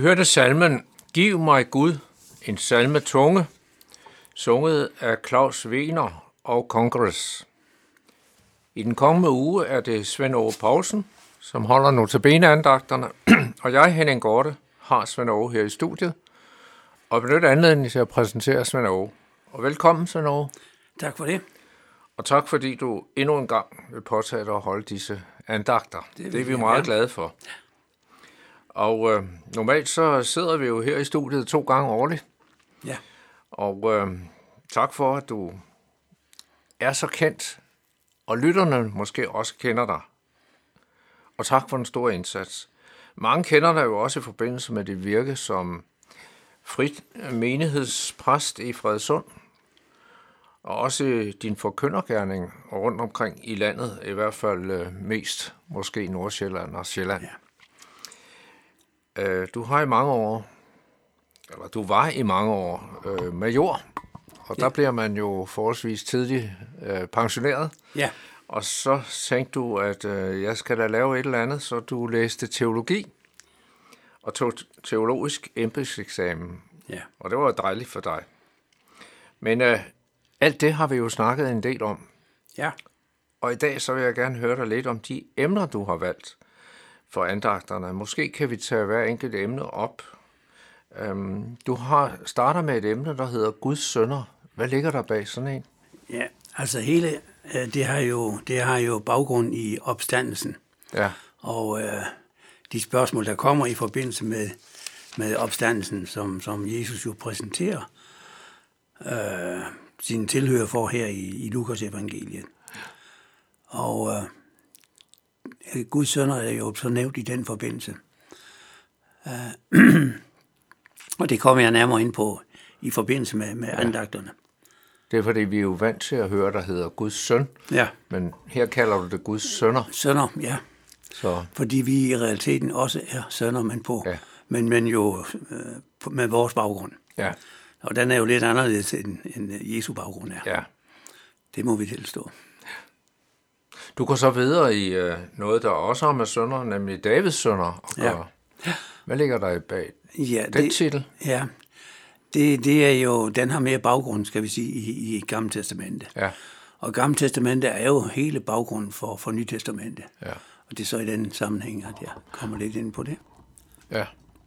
hørte salmen Giv mig Gud, en salme tunge, sunget af Claus Wegener og Congress. I den kommende uge er det Svend Aage Poulsen, som holder notabeneandagterne, og jeg, Henning Gorte, har Svend Aage her i studiet, og benytter anledningen til at præsentere Svend Aage. Og velkommen, Svend Aage. Tak for det. Og tak fordi du endnu en gang vil påtage dig at holde disse andagter. Det er vi meget glade for. Og normalt så sidder vi jo her i studiet 2 gange årligt. Ja. Og tak for, at du er så kendt, og lytterne måske også kender dig. Og tak for den store indsats. Mange kender dig jo også i forbindelse med dit virke som frit menighedspræst i Frederikssund, og også din forkyndergerning rundt omkring i landet, i hvert fald mest måske Nordsjælland og Sjælland. Ja. Du var i mange år major, og der bliver man jo forholdsvis tidligt pensioneret. Ja. Og så tænkte du, at jeg skal da lave et eller andet, så du læste teologi og tog teologisk embedseksamen. Ja. Og det var dejligt for dig. Men alt det har vi jo snakket en del om. Ja. Og i dag så vil jeg gerne høre dig lidt om de emner, du har valgt for andagterne. Måske kan vi tage hver enkelt emne op. Du starter med et emne, der hedder Guds sønner. Hvad ligger der bag sådan en? Ja, altså hele det har jo baggrund i opstandelsen. Ja. Og de spørgsmål, der kommer i forbindelse med opstandelsen, som Jesus jo præsenterer sine tilhører for her i Lukas evangeliet. Og Guds sønner er jo så nævnt i den forbindelse. Og det kommer jeg nærmere ind på i forbindelse med andagterne. Det er fordi, vi er jo vant til at høre, der hedder Guds søn. Ja. Men her kalder du det Guds sønner. Sønner, ja. Så. Fordi vi i realiteten også er sønner, men jo med vores baggrund. Ja. Og den er jo lidt anderledes end Jesu baggrund er. Ja. Det må vi tilstå. Du går så videre i noget, der også har med sønner, nemlig Davids sønner. Ja. Hvad ligger der bag den titel? Ja, det er jo, den har mere baggrund, skal vi sige, i Gamle Testamente. Ja. Og Gamle Testamente er jo hele baggrunden for Nye Testamente. Ja. Og det er så i den sammenhæng, at jeg kommer lidt ind på det. Ja.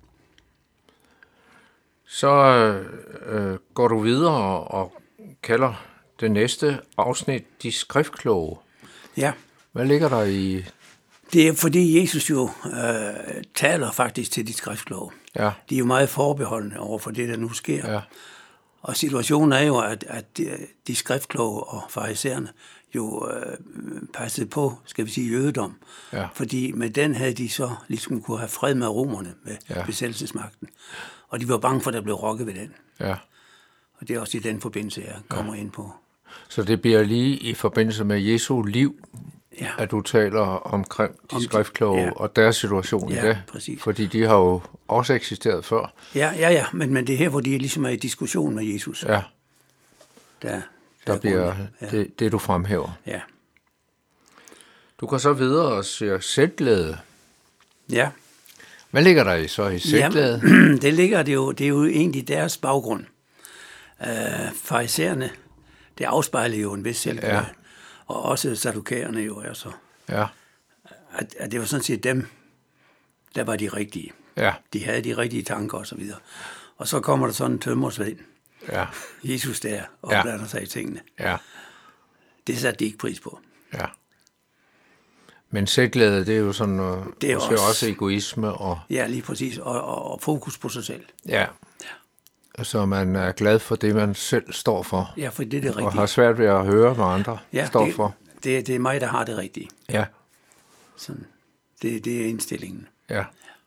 Så går du videre og kalder det næste afsnit De skriftkloge. Ja. Hvad ligger der i? Det er fordi Jesus jo taler faktisk til de skriftkloge. Ja. De er jo meget forbeholdende over for det, der nu sker. Ja. Og situationen er jo, at de skriftkloge og farisæerne jo passede på, skal vi sige, jødedom. Ja. Fordi med den havde de så ligesom kunne have fred med romerne, med besættelsesmagten. Og de var bange for, at der blev rokket ved den. Ja. Og det er også i den forbindelse, jeg kommer ind på. Så det bliver lige i forbindelse med Jesu liv, at du taler omkring de skriftkloge og deres situation i det. Præcis. Fordi de har jo også eksisteret før. Ja, men det er her, hvor de ligesom er i diskussion med Jesus. Ja. Der bliver det, du fremhæver. Ja. Du går så videre og siger selvglæde. Ja. Hvad ligger der i så i selvglæde? Det er jo egentlig deres baggrund. Farisæerne, det afspejler jo en vis selvglæde. Ja. Og også sadukæerne jo er så. Ja. At det var sådan set dem, der var de rigtige. Ja. De havde de rigtige tanker og så videre. Og så kommer der sådan en tømmersvend. Ja. Jesus der og blander sig i tingene. Ja. Det satte de ikke pris på. Ja. Men selvglæde, det er jo sådan noget, det er også egoisme og. Ja, lige præcis. Og fokus på sig selv. Ja. Så man er glad for det, man selv står for. Ja, for det er det rigtige. Og har svært ved at høre, hvad andre står for. Det er mig, der har det rigtige. Ja. Sådan. Det er indstillingen. Ja.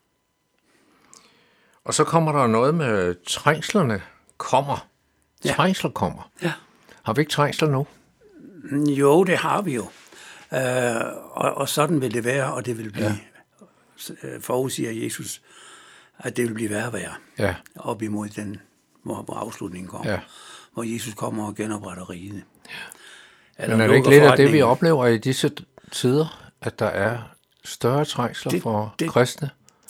Og så kommer der noget med trængslerne kommer. Trængsler kommer. Ja. Har vi ikke trængsler nu? Jo, det har vi jo. Og sådan vil det være, og det vil blive, forudsiger Jesus, at det vil blive værre og værre. Ja. Op imod den, hvor afslutningen kommer. Ja. Hvor Jesus kommer og genopretter riget. Ja. Men er det ikke lidt af det, vi oplever i disse tider, at der er større trængsler for kristne?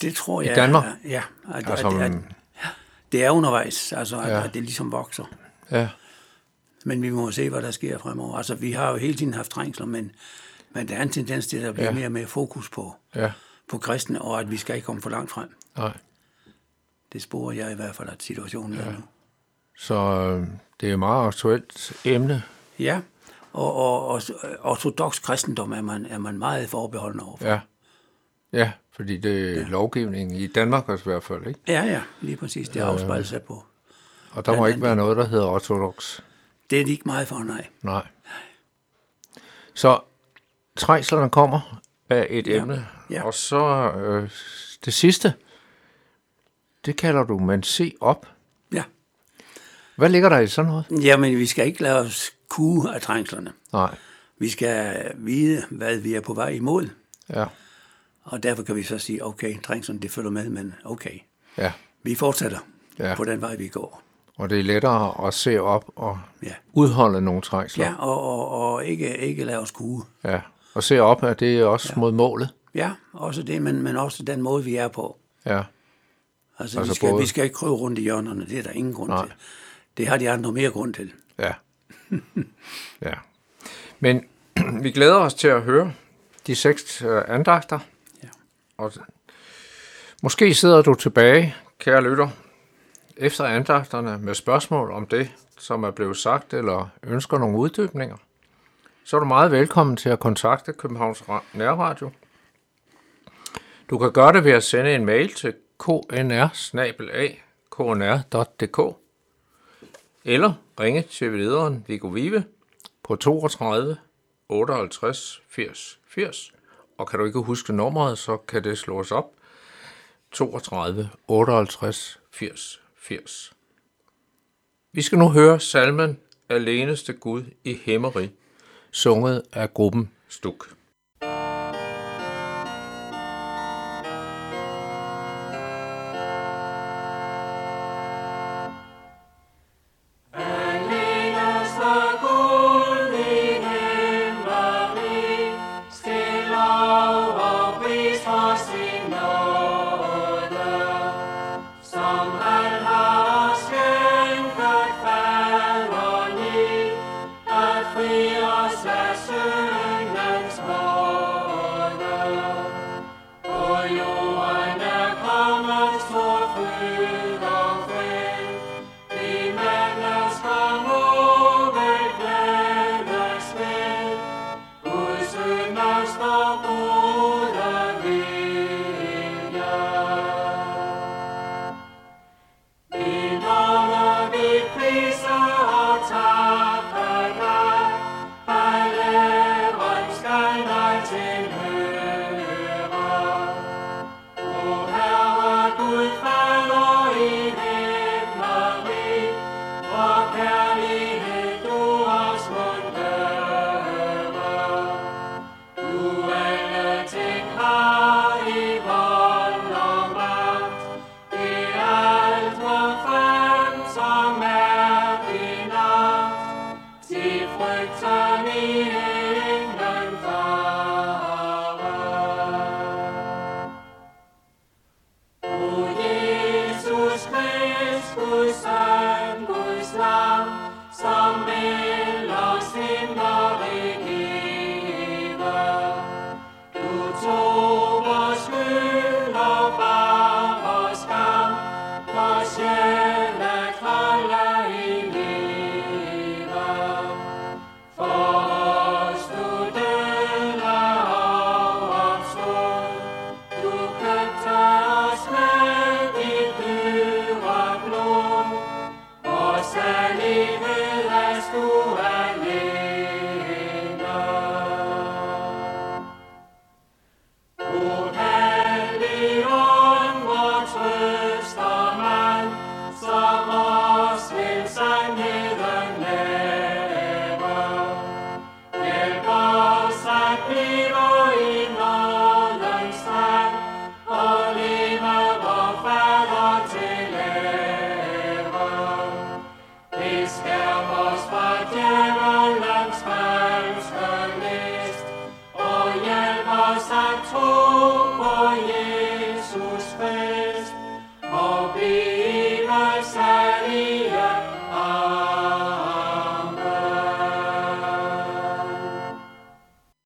Det tror jeg. I Danmark? Ja. Altså, Det er undervejs, altså at det ligesom vokser. Ja. Men vi må se, hvad der sker fremover. Altså, vi har jo hele tiden haft trængsler, men der er en tendens til, at der bliver mere og mere fokus på kristne, og at vi skal ikke komme for langt frem. Nej. Det sporer jeg i hvert fald, at situationen er nu. Så det er et meget aktuelt emne. Ja, og ortodox kristendom er man meget forbeholden overfor. Ja, fordi det er lovgivningen i Danmark også i hvert fald, ikke? Ja, lige præcis. Det afspejler sig på. Og der må ikke være noget, der hedder ortodox. Det er de ikke meget for, Nej. Så trængslerne kommer af et emne, og så det sidste, det kalder du, men se op. Ja. Hvad ligger der i sådan noget? Jamen, vi skal ikke lade os kue af trængslerne. Nej. Vi skal vide, hvad vi er på vej imod. Ja. Og derfor kan vi så sige, okay, trængslerne, det følger med, men okay. Ja. Vi fortsætter på den vej, vi går. Og det er lettere at se op og udholde nogle trængsler. Ja, og ikke lade os kue. Ja, og se op, at det er også mod målet. Ja, også det, men også den måde, vi er på. Ja. Altså vi skal ikke krøve rundt i hjørnerne, det er der ingen grund til. Det har de andre mere grund til. Ja. Ja. Men vi glæder os til at høre de 6 andagter. Ja. Og måske sidder du tilbage, kære lytter, efter andagterne med spørgsmål om det, som er blevet sagt, eller ønsker nogle uddybninger. Så er du meget velkommen til at kontakte Københavns Nærradio. Du kan gøre det ved at sende en mail til knr@knr.dk eller ringe til lederen Viggo Vive på 32 58 80 80. Og kan du ikke huske nummeret, så kan det slås op 32 58 80 80. Vi skal nu høre salmen Aleneste Gud i Himmerig, sunget af gruppen Stuk. Fri os af syndens vold.